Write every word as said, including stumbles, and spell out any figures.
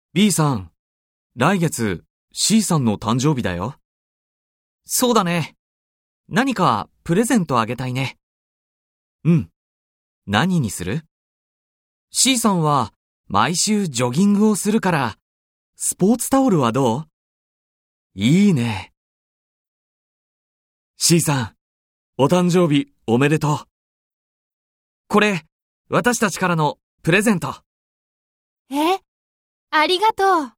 B さん、来月 C さんの誕生日だよ。 そうだね。何かプレゼントあげたいね。 うん。何にする？ C さんは毎週ジョギングをするから、スポーツタオルはどう？ いいね。C さん、お誕生日おめでとう。 これ、私たちからのプレゼント。 え？ありがとう。